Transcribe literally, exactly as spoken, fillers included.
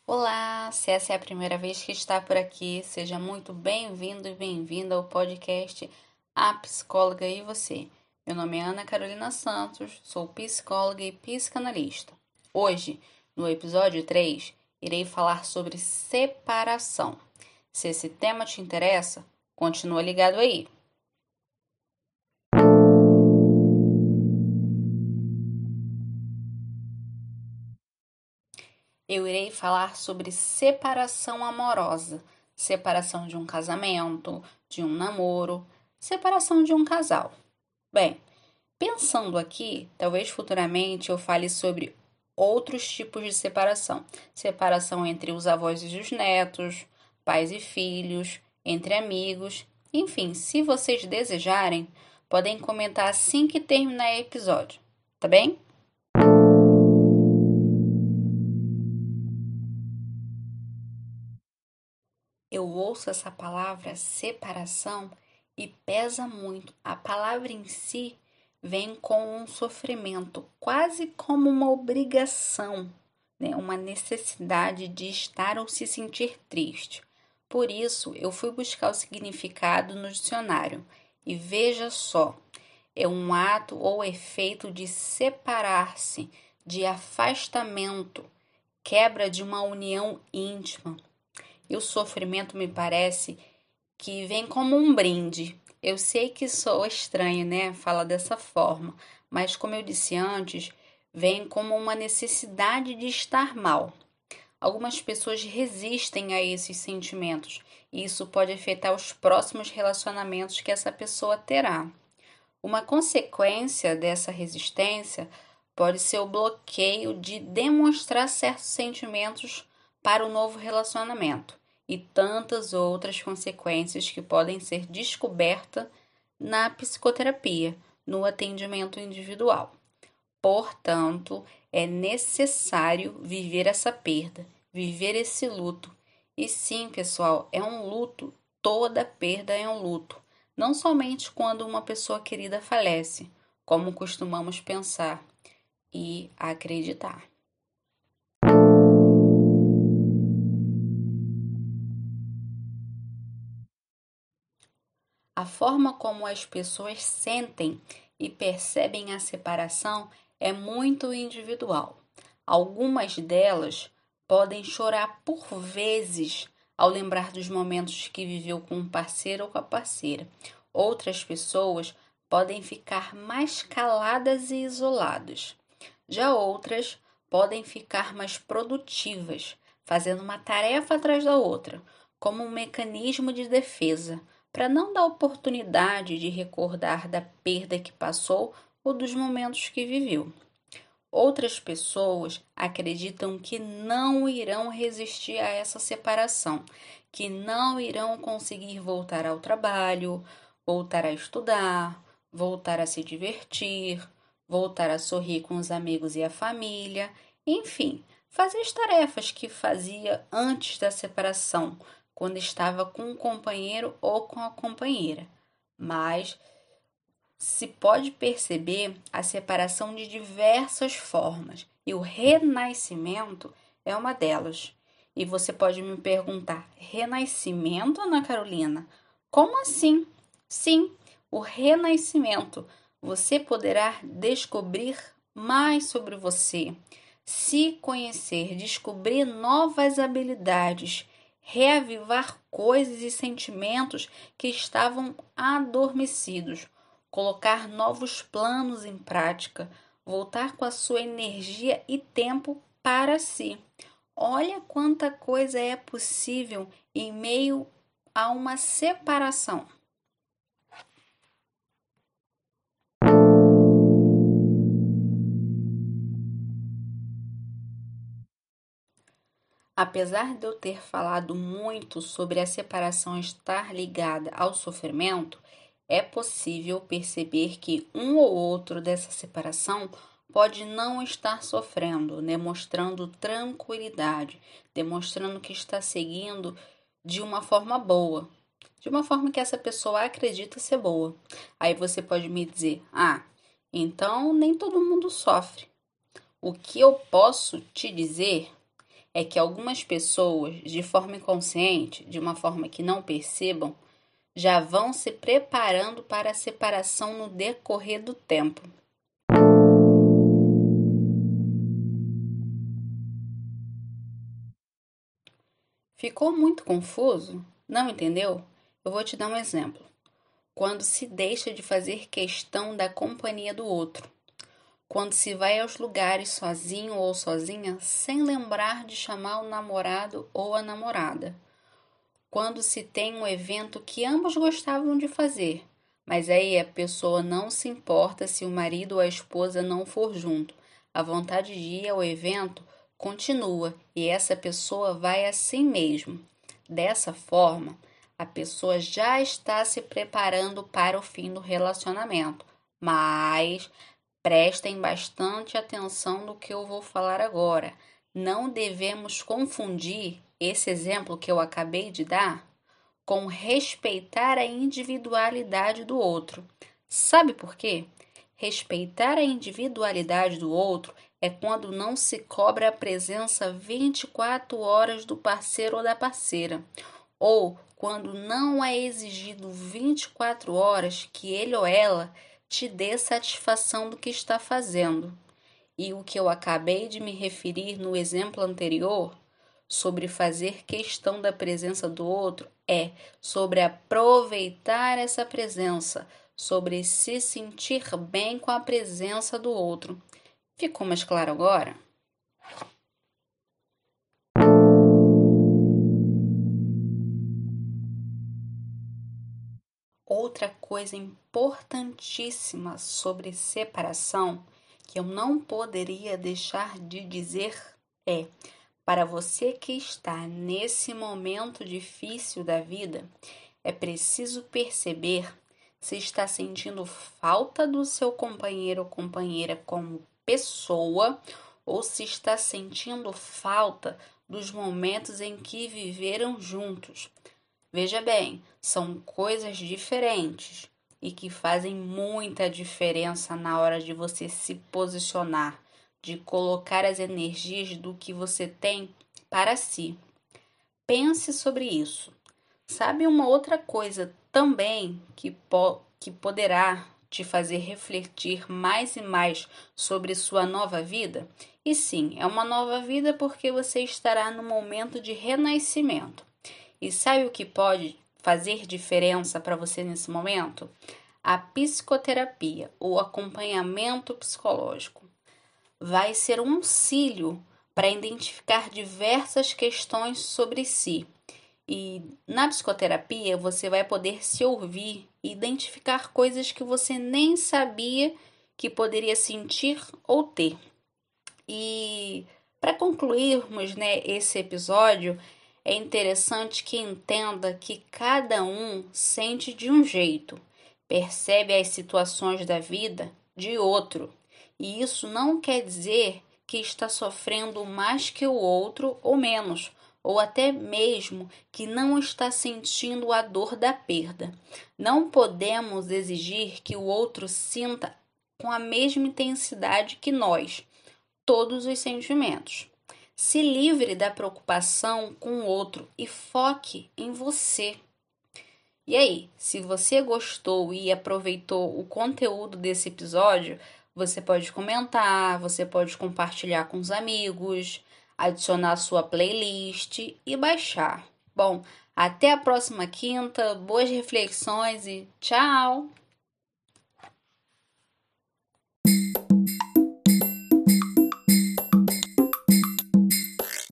Olá, se essa é a primeira vez que está por aqui, seja muito bem-vindo e bem-vinda ao podcast A Psicóloga e Você. Meu nome é Ana Carolina Santos, sou psicóloga e psicanalista. Hoje, no episódio três, irei falar sobre separação. Se esse tema te interessa, continua ligado aí. Eu irei falar sobre separação amorosa, separação de um casamento, de um namoro, separação de um casal. Bem, pensando aqui, talvez futuramente eu fale sobre outros tipos de separação. Separação entre os avós e os netos, pais e filhos, entre amigos. Enfim, se vocês desejarem, podem comentar assim que terminar o episódio, tá bem? Eu ouço essa palavra separação e pesa muito. A palavra em si vem com um sofrimento, quase como uma obrigação, né? Uma necessidade de estar ou se sentir triste. Por isso, eu fui buscar o significado no dicionário e veja só, é um ato ou efeito de separar-se, de afastamento, quebra de uma união íntima. E o sofrimento me parece que vem como um brinde. Eu sei que sou estranho, né? Fala dessa forma, mas como eu disse antes, vem como uma necessidade de estar mal. Algumas pessoas resistem a esses sentimentos e isso pode afetar os próximos relacionamentos que essa pessoa terá. Uma consequência dessa resistência pode ser o bloqueio de demonstrar certos sentimentos para o novo relacionamento e tantas outras consequências que podem ser descobertas na psicoterapia, no atendimento individual. Portanto, é necessário viver essa perda, viver esse luto. E sim, pessoal, é um luto, toda perda é um luto, não somente quando uma pessoa querida falece, como costumamos pensar e acreditar. A forma como as pessoas sentem e percebem a separação é muito individual. Algumas delas podem chorar por vezes ao lembrar dos momentos que viveu com um parceiro ou com a parceira. Outras pessoas podem ficar mais caladas e isoladas. Já outras podem ficar mais produtivas, fazendo uma tarefa atrás da outra, como um mecanismo de defesa, para não dar oportunidade de recordar da perda que passou ou dos momentos que viveu. Outras pessoas acreditam que não irão resistir a essa separação, que não irão conseguir voltar ao trabalho, voltar a estudar, voltar a se divertir, voltar a sorrir com os amigos e a família, enfim, fazer as tarefas que fazia antes da separação, quando estava com o companheiro ou com a companheira. Mas se pode perceber a separação de diversas formas e o renascimento é uma delas. E você pode me perguntar: renascimento, Ana Carolina? Como assim? Sim, o renascimento. Você poderá descobrir mais sobre você, se conhecer, descobrir novas habilidades, reavivar coisas e sentimentos que estavam adormecidos, colocar novos planos em prática, voltar com a sua energia e tempo para si. Olha quanta coisa é possível em meio a uma separação. Apesar de eu ter falado muito sobre a separação estar ligada ao sofrimento, é possível perceber que um ou outro dessa separação pode não estar sofrendo, demonstrando tranquilidade, demonstrando que está seguindo de uma forma boa, de uma forma que essa pessoa acredita ser boa. Aí você pode me dizer: ah, então nem todo mundo sofre. O que eu posso te dizer é que algumas pessoas, de forma inconsciente, de uma forma que não percebam, já vão se preparando para a separação no decorrer do tempo. Ficou muito confuso? Não entendeu? Eu vou te dar um exemplo. Quando se deixa de fazer questão da companhia do outro. Quando se vai aos lugares sozinho ou sozinha sem lembrar de chamar o namorado ou a namorada. Quando se tem um evento que ambos gostavam de fazer, mas aí a pessoa não se importa se o marido ou a esposa não for junto. A vontade de ir ao evento continua e essa pessoa vai assim mesmo. Dessa forma, a pessoa já está se preparando para o fim do relacionamento, mas prestem bastante atenção no que eu vou falar agora. Não devemos confundir esse exemplo que eu acabei de dar com respeitar a individualidade do outro. Sabe por quê? Respeitar a individualidade do outro é quando não se cobra a presença vinte e quatro horas do parceiro ou da parceira, ou quando não é exigido vinte e quatro horas que ele ou ela te dê satisfação do que está fazendo. E o que eu acabei de me referir no exemplo anterior, sobre fazer questão da presença do outro, é sobre aproveitar essa presença, sobre se sentir bem com a presença do outro. Ficou mais claro agora? Outra coisa importantíssima sobre separação que eu não poderia deixar de dizer é: para você que está nesse momento difícil da vida, é preciso perceber se está sentindo falta do seu companheiro ou companheira como pessoa ou se está sentindo falta dos momentos em que viveram juntos. Veja bem, são coisas diferentes e que fazem muita diferença na hora de você se posicionar, de colocar as energias do que você tem para si. Pense sobre isso. Sabe uma outra coisa também que, po- que poderá te fazer refletir mais e mais sobre sua nova vida? E sim, é uma nova vida porque você estará no momento de renascimento. E sabe o que pode fazer diferença para você nesse momento? A psicoterapia, o acompanhamento psicológico, vai ser um auxílio para identificar diversas questões sobre si. E na psicoterapia você vai poder se ouvir e identificar coisas que você nem sabia que poderia sentir ou ter. E para concluirmos, né, esse episódio, é interessante que entenda que cada um sente de um jeito, percebe as situações da vida de outro. E isso não quer dizer que está sofrendo mais que o outro ou menos, ou até mesmo que não está sentindo a dor da perda. Não podemos exigir que o outro sinta com a mesma intensidade que nós todos os sentimentos. Se livre da preocupação com o outro e foque em você. E aí, se você gostou e aproveitou o conteúdo desse episódio, você pode comentar, você pode compartilhar com os amigos, adicionar a sua playlist e baixar. Bom, até a próxima quinta, boas reflexões e tchau!